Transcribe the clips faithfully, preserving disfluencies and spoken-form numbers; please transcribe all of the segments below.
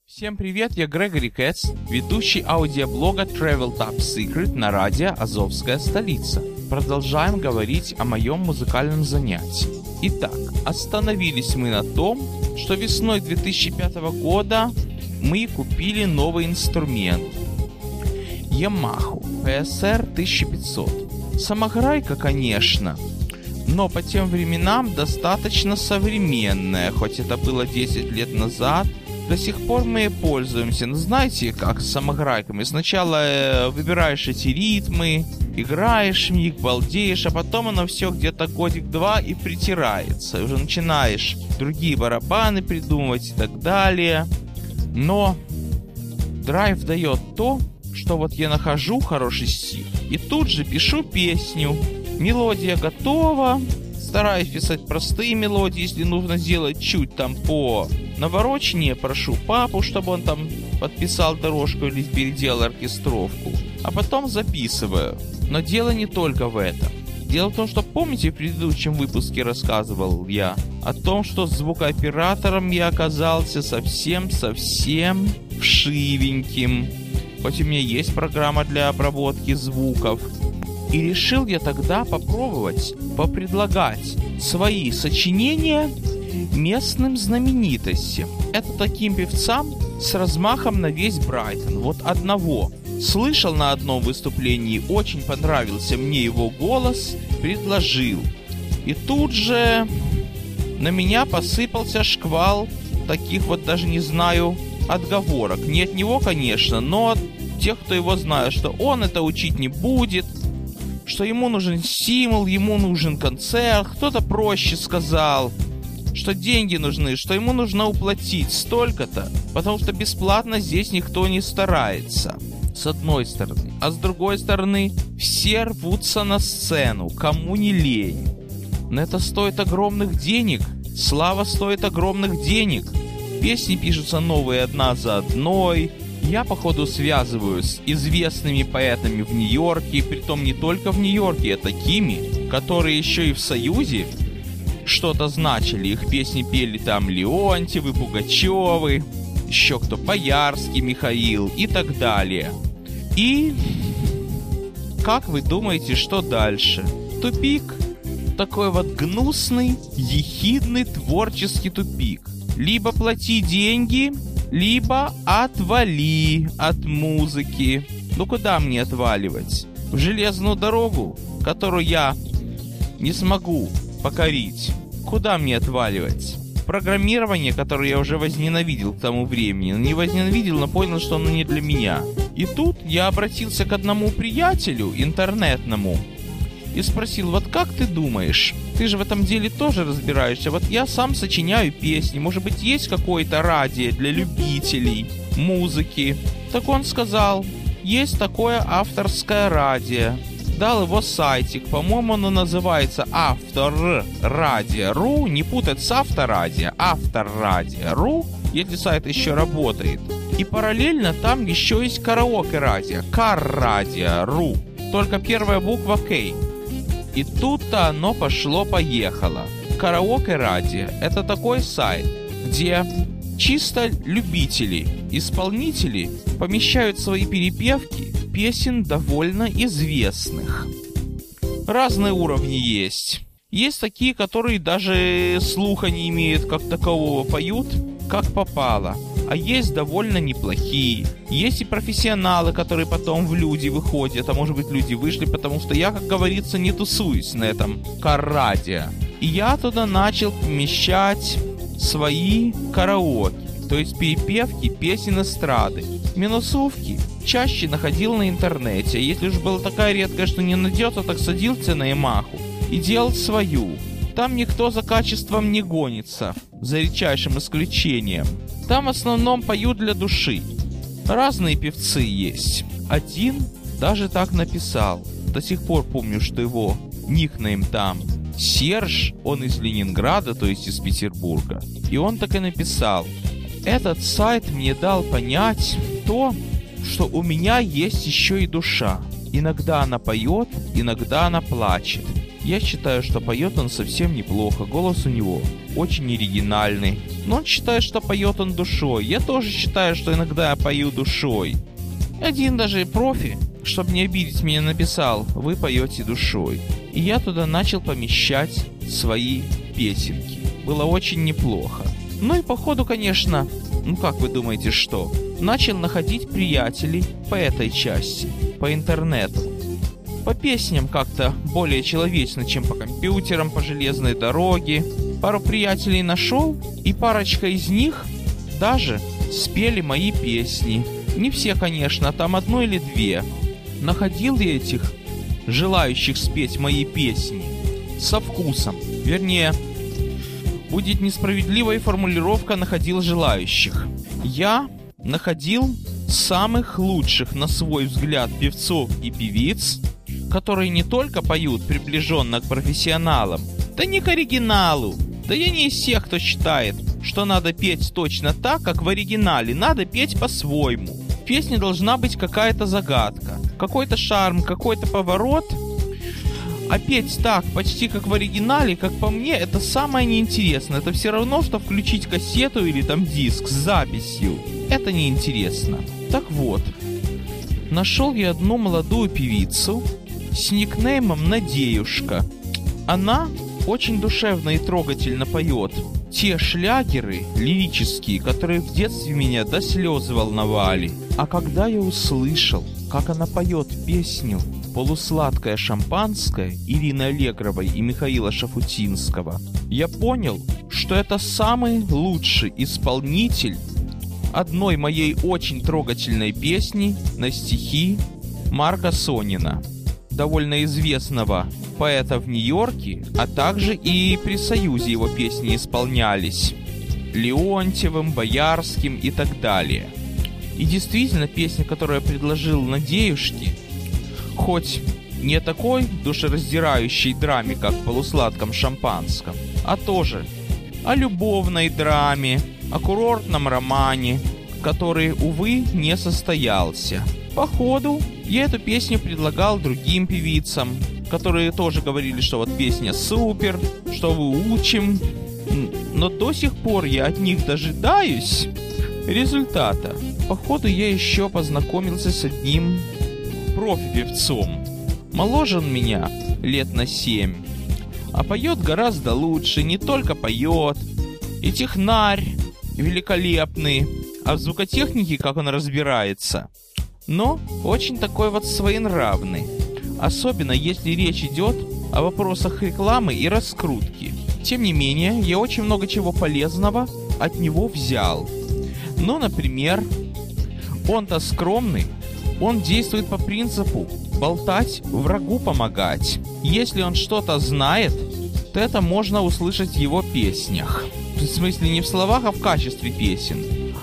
Всем привет, я Грегори Кэтс, ведущий аудиоблога Travel Top Secret на радио «Азовская столица». Продолжаем говорить о моем музыкальном занятии. Итак, остановились мы на том, что весной две тысячи пятого года мы купили новый инструмент Yamaha пи эс ар тысяча пятьсот. Самограйка, конечно, но по тем временам достаточно современная, хоть это было десять лет назад. До сих пор мы ей пользуемся. Ну, знаете, как с самограйками. Сначала э, выбираешь эти ритмы, играешь в них, балдеешь, а потом оно все где-то годик-два и притирается. И уже начинаешь другие барабаны придумывать и так далее. Но драйв дает то, что вот я нахожу хороший стих и тут же пишу песню. Мелодия готова. Стараюсь писать простые мелодии, если нужно сделать чуть там по навороченнее, прошу папу, чтобы он там подписал дорожку или переделал оркестровку, а потом записываю. Но дело не только в этом. Дело в том, что помните, в предыдущем выпуске рассказывал я о том, что звукооператором я оказался совсем-совсем вшивеньким, хоть у меня есть программа для обработки звуков. И решил я тогда попробовать попредлагать свои сочинения местным знаменитостям. Это таким певцам с размахом на весь Брайтон. Вот одного слышал на одном выступлении, очень понравился мне его голос, предложил. И тут же на меня посыпался шквал таких вот, даже не знаю, отговорок. Не от него, конечно, но от тех, кто его знает, что он это учить не будет, что ему нужен стимул, ему нужен концерт. Кто-то проще сказал, что деньги нужны, что ему нужно уплатить столько-то, потому что бесплатно здесь никто не старается, с одной стороны. А с другой стороны, все рвутся на сцену, кому не лень. Но это стоит огромных денег, слава стоит огромных денег. Песни пишутся новые одна за одной. Я, походу, связываюсь с известными поэтами в Нью-Йорке, притом не только в Нью-Йорке, а такими, которые еще и в Союзе что-то значили. Их песни пели там Леонтьевы, Пугачевы, еще кто, Боярский Михаил и так далее. И как вы думаете, что дальше? Тупик. Такой вот гнусный, ехидный творческий тупик. Либо плати деньги, либо отвали от музыки. Ну куда мне отваливать? В железную дорогу, которую я не смогу покорить. Куда мне отваливать? Программирование, которое я уже возненавидел к тому времени. Не возненавидел, но понял, что оно не для меня. И тут я обратился к одному приятелю интернетному и спросил: вот как ты думаешь, ты же в этом деле тоже разбираешься, вот я сам сочиняю песни, может быть, есть какое-то радио для любителей музыки? Так он сказал: есть такое авторское радио. Дал его сайтик, по-моему, оно называется авторрадио точка ру, не путать с авторадио, авторрадио точка ру, если сайт еще работает. И параллельно там еще есть караоке-радио, каррадио точка ру, только первая буква К. И тут-то оно пошло-поехало. Караоке-радио — это такой сайт, где чисто любители, исполнители помещают свои перепевки песен довольно известных. Разные уровни есть. Есть такие, которые даже слуха не имеют как такового, поют как попало. А есть довольно неплохие. Есть и профессионалы, которые потом в люди выходят. А может быть, люди вышли, потому что я, как говорится, не тусуюсь на этом каррадио. И я туда начал помещать свои караоке, то есть перепевки песен эстрады. Минусовки чаще находил на интернете. Если уж была такая редкая, что не найдется, так садился на Ямаху и делал свою. Там никто за качеством не гонится, за редчайшим исключением. Там в основном поют для души. Разные певцы есть. Один даже так написал. До сих пор помню, что его никнейм там Серж, он из Ленинграда, то есть из Петербурга. И он так и написал: этот сайт мне дал понять то, что у меня есть еще и душа. Иногда она поет, иногда она плачет. Я считаю, что поет он совсем неплохо, голос у него очень оригинальный. Но он считает, что поет он душой. Я тоже считаю, что иногда я пою душой. Один даже профи, чтобы не обидеть меня, написал: вы поете душой. И я туда начал помещать свои песенки. Было очень неплохо. Ну и походу, конечно, ну как вы думаете, что? Начал находить приятелей по этой части, по интернету. По песням как-то более человечно, чем по компьютерам, по железной дороге. Пару приятелей нашел, и парочка из них даже спели мои песни. Не все, конечно, там одну или две. Находил я этих желающих спеть мои песни со вкусом. Вернее, будет несправедливая формулировка «находил желающих». Я находил самых лучших, на свой взгляд, певцов и певиц, которые не только поют приближенно к профессионалам, да не к оригиналу. Да я не из тех, кто считает, что надо петь точно так, как в оригинале. Надо петь по-своему. В песне должна быть какая-то загадка, какой-то шарм, какой-то поворот. А петь так, почти как в оригинале, как по мне, это самое неинтересное. Это все равно, что включить кассету или там диск с записью. Это неинтересно. Так вот, нашел я одну молодую певицу с никнеймом Надеюшка. Она очень душевно и трогательно поет те шлягеры лирические, которые в детстве меня до слез волновали. А когда я услышал, как она поет песню «Полусладкое шампанское» Ирины Аллегровой и Михаила Шафутинского, я понял, что это самый лучший исполнитель одной моей очень трогательной песни на стихи Марка Сонина, довольно известного поэта в Нью-Йорке, а также и при Союзе его песни исполнялись Леонтьевым, Боярским и так далее. И действительно, песня, которую я предложил Надеюшке, хоть не такой душераздирающей драме, как в «Полусладком шампанском», а тоже о любовной драме, о курортном романе, который, увы, не состоялся. Походу, я эту песню предлагал другим певицам, которые тоже говорили, что вот песня супер, что выучим. Но до сих пор я от них дожидаюсь результата. Походу, я еще познакомился с одним профи-певцом. Моложе он меня лет на семь, а поет гораздо лучше. Не только поет, и технарь великолепный, а в звукотехнике, как он разбирается, но очень такой вот своенравный. Особенно если речь идет о вопросах рекламы и раскрутки. Тем не менее, я очень много чего полезного от него взял. Ну, например, он-то скромный, он действует по принципу болтать, врагу помогать. Если он что-то знает, то это можно услышать в его песнях. В смысле, не в словах, а в качестве песен.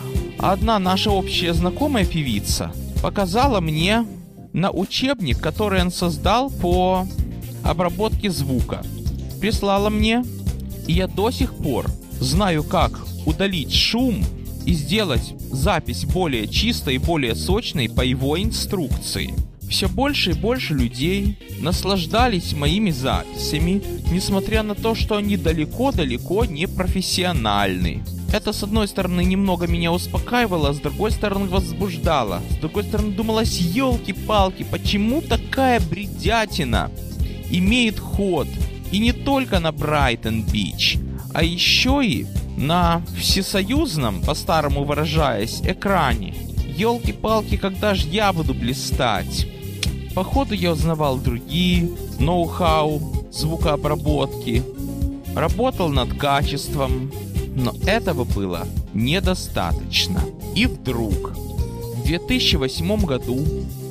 Одна наша общая знакомая певица показала мне на учебник, который он создал по обработке звука. Прислала мне, и я до сих пор знаю, как удалить шум и сделать запись более чистой и более сочной по его инструкции. Все больше и больше людей наслаждались моими записями, несмотря на то, что они далеко-далеко не профессиональны. Это, с одной стороны, немного меня успокаивало, а с другой стороны, возбуждало. С другой стороны, думалось, елки-палки, почему такая бредятина имеет ход? И не только на Брайтон-Бич, а еще и на всесоюзном, по-старому выражаясь, экране. Елки-палки, когда же я буду блистать? Походу, я узнавал другие ноу-хау звукообработки, работал над качеством, но этого было недостаточно. И вдруг в две тысячи восьмом году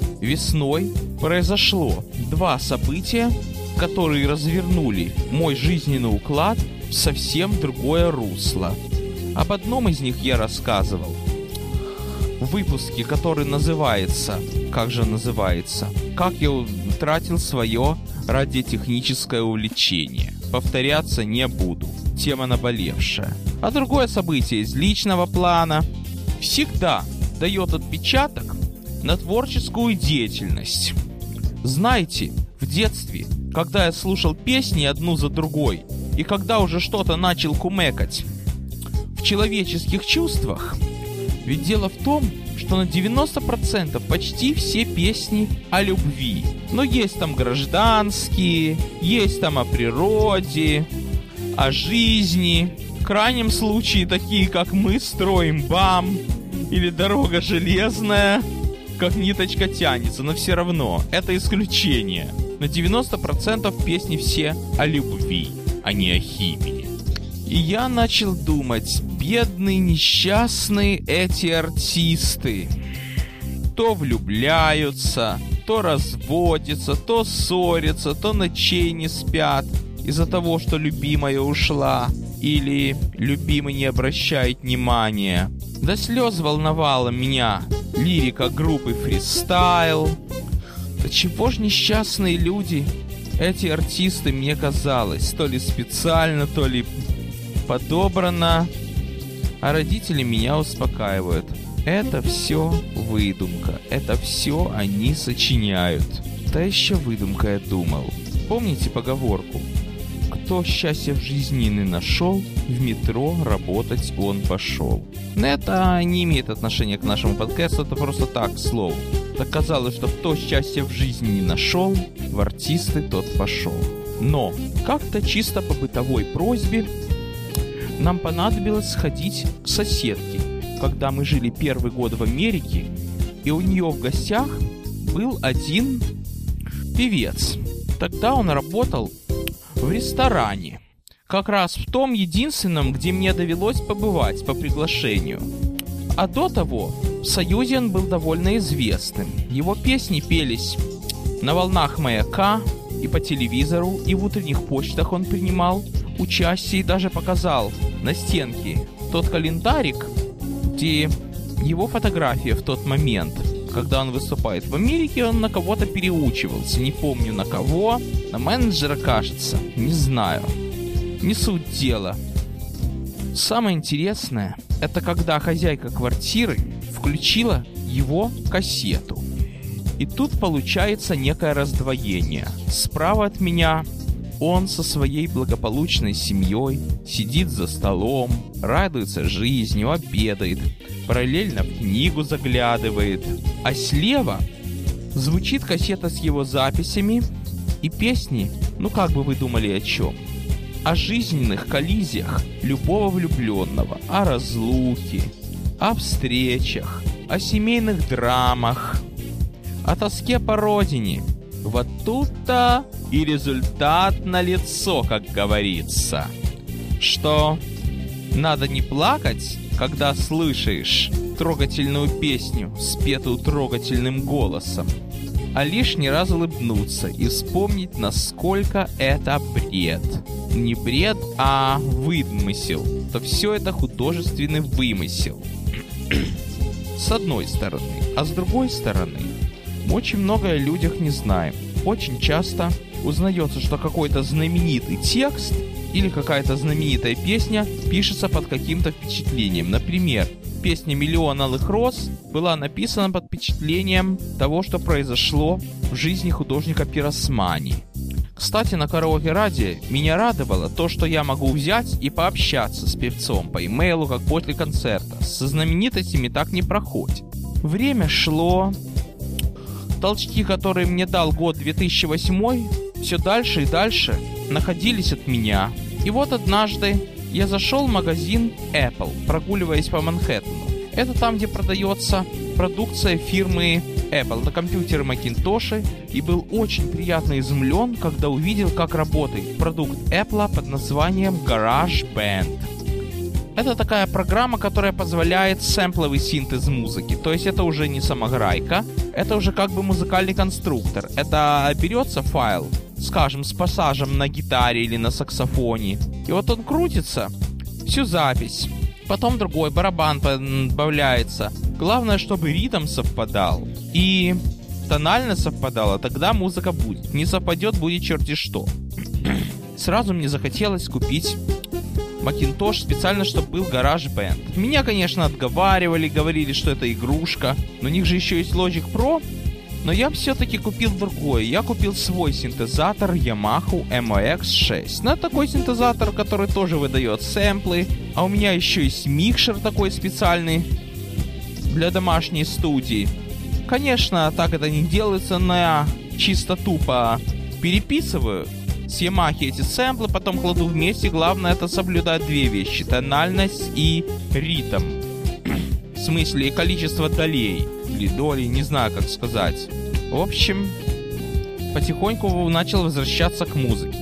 весной произошло два события, которые развернули мой жизненный уклад в совсем другое русло. Об одном из них я рассказывал в выпуске, который называется, как же называется, «Как я утратил свое радиотехническое увлечение». Повторяться не буду, тема наболевшая. А другое событие из личного плана всегда дает отпечаток на творческую деятельность. Знаете, в детстве когда я слушал песни одну за другой, и когда уже что-то начал кумекать в человеческих чувствах, ведь дело в том, что на девяносто процентов почти все песни о любви. Но есть там гражданские, есть там о природе, о жизни. В крайнем случае такие, как «Мы строим БАМ» или «Дорога железная», как ниточка тянется, но все равно это исключение. На девяносто процентов песни все о любви, а не о химии. И я начал думать, бедные несчастные эти артисты. То влюбляются, то разводятся, то ссорятся, то ночей не спят из-за того, что любимая ушла или любимый не обращает внимания. До слез волновала меня лирика группы Freestyle. Да чего ж несчастные люди, эти артисты, мне казалось, то ли специально, то ли подобрано. А родители меня успокаивают. Это все выдумка, это все они сочиняют. Да еще выдумка, я думал. Помните поговорку? Кто счастья в жизни не нашел, в метро работать он пошел. Но это не имеет отношения к нашему подкасту, это просто так, слово. Так казалось, что кто счастья в жизни не нашел, в артисты тот пошел. Но как-то чисто по бытовой просьбе нам понадобилось сходить к соседке, когда мы жили первый год в Америке, и у нее в гостях был один певец. Тогда он работал в ресторане, как раз в том единственном, где мне довелось побывать по приглашению. А до того в Союзе он был довольно известным. Его песни пелись на волнах «Маяка» и по телевизору, и в утренних почтах он принимал участие и даже показал на стенке тот календарик, где его фотография в тот момент, когда он выступает в Америке, он на кого-то переучивался. Не помню на кого, на менеджера, кажется, не знаю. Не суть дела. Самое интересное, это когда хозяйка квартиры включила его кассету. И тут получается некое раздвоение. Справа от меня он со своей благополучной семьей сидит за столом, радуется жизни, обедает, параллельно в книгу заглядывает. А слева звучит кассета с его записями и песни, ну как бы вы думали о чем? О жизненных коллизиях любого влюбленного, о разлуке, о встречах, о семейных драмах, о тоске по родине. Вот тут-то и результат налицо, как говорится. Что надо не плакать, когда слышишь трогательную песню, спетую трогательным голосом, а лишний раз улыбнуться и вспомнить, насколько это бред. Не бред, а вымысел. То все это художественный вымысел. С одной стороны. А с другой стороны, мы очень многое о людях не знаем. Очень часто узнается, что какой-то знаменитый текст или какая-то знаменитая песня пишется под каким-то впечатлением. Например, песня «Миллион алых роз» была написана под впечатлением того, что произошло в жизни художника Пиросмани. Кстати, на караоке-радио меня радовало то, что я могу взять и пообщаться с певцом по имейлу, как после концерта. Со знаменитостями так не проходит. Время шло. Толчки, которые мне дал год две тысячи восьмой, все дальше и дальше находились от меня. И вот однажды я зашел в магазин Apple, прогуливаясь по Манхэттену. Это там, где продается продукция фирмы Apple, это компьютеры Macintosh, и был очень приятно изумлен, когда увидел, как работает продукт Apple под названием GarageBand. Это такая программа, которая позволяет сэмпловый синтез музыки. То есть это уже не самограйка, это уже как бы музыкальный конструктор. Это берется файл, скажем, с пассажем на гитаре или на саксофоне, и вот он крутится, всю запись. Потом другой барабан добавляется. Главное, чтобы ритм совпадал и тональность совпадала, тогда музыка будет. Не совпадет, будет черти что. Сразу мне захотелось купить Macintosh специально, чтобы был GarageBand. Меня, конечно, отговаривали, говорили, что это игрушка, но у них же еще есть Logic Pro, Но я все-таки купил другое. Я купил свой синтезатор Yamaha эм о икс шесть. Ну, такой синтезатор, который тоже выдает сэмплы. А у меня еще есть микшер такой специальный для домашней студии. Конечно, так это не делается, но я чисто тупо переписываю с Yamaha эти сэмплы, потом кладу вместе. Главное это соблюдать две вещи: тональность и ритм. В смысле, количество долей или долей, не знаю как сказать. В общем, потихоньку начал возвращаться к музыке.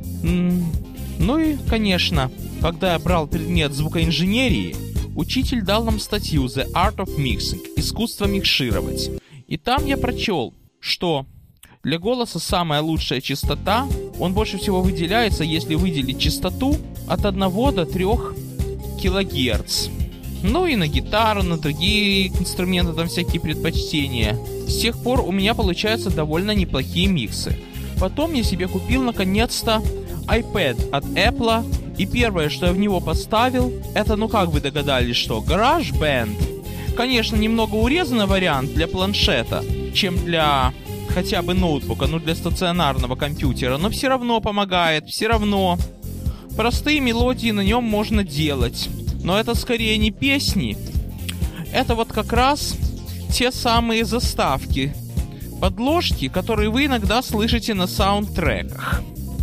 Ну и, конечно, когда я брал предмет звукоинженерии, учитель дал нам статью The Art of Mixing, искусство микшировать. И там я прочел, что для голоса самая лучшая частота, он больше всего выделяется, если выделить частоту от одного до трёх килогерц. Ну и на гитару, на другие инструменты там всякие предпочтения. С тех пор у меня получаются довольно неплохие миксы. Потом я себе купил наконец-то iPad от Apple. И первое, что я в него поставил, это, ну как вы догадались, что? GarageBand. Конечно, немного урезанный вариант для планшета, чем для хотя бы ноутбука, ну для стационарного компьютера. Но все равно помогает, все равно. Простые мелодии на нем можно делать. Но это скорее не песни. Это вот как раз те самые заставки, подложки, которые вы иногда слышите на саундтреках.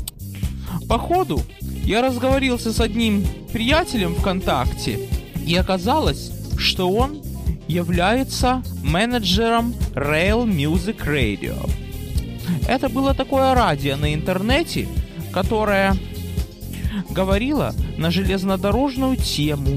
Походу, я разговорился с одним приятелем ВКонтакте, и оказалось, что он является менеджером Rail Music Radio. Это было такое радио на интернете, которое говорила на железнодорожную тему.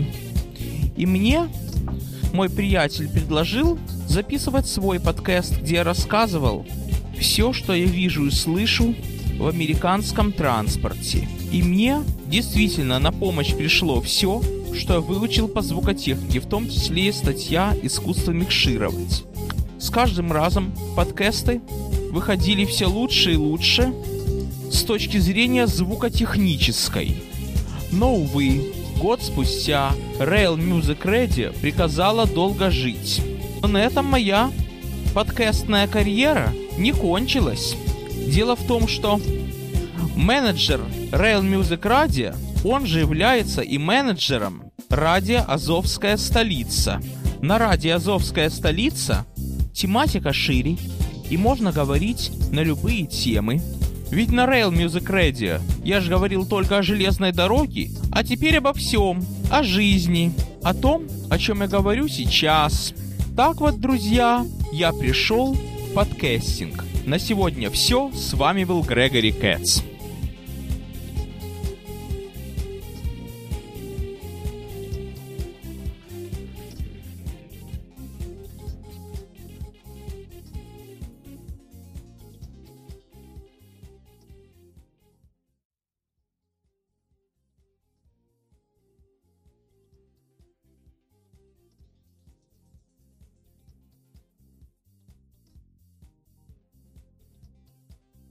И мне мой приятель предложил записывать свой подкаст, где я рассказывал все, что я вижу и слышу в американском транспорте. И мне действительно на помощь пришло все, что я выучил по звукотехнике, в том числе и статья «Искусство микшировать». С каждым разом подкасты выходили все лучше и лучше с точки зрения звукотехнической. Но, увы, год спустя Rail Music Radio приказала долго жить. Но на этом моя подкастная карьера не кончилась. Дело в том, что менеджер Rail Music Radio, он же является и менеджером радио «Азовская столица». На радио «Азовская столица» тематика шире, и можно говорить на любые темы. Ведь на Rail Music Radio я же говорил только о железной дороге, а теперь обо всем, о жизни, о том, о чем я говорю сейчас. Так вот, друзья, я пришел в подкастинг. На сегодня все. С вами был Грегори Кэтс.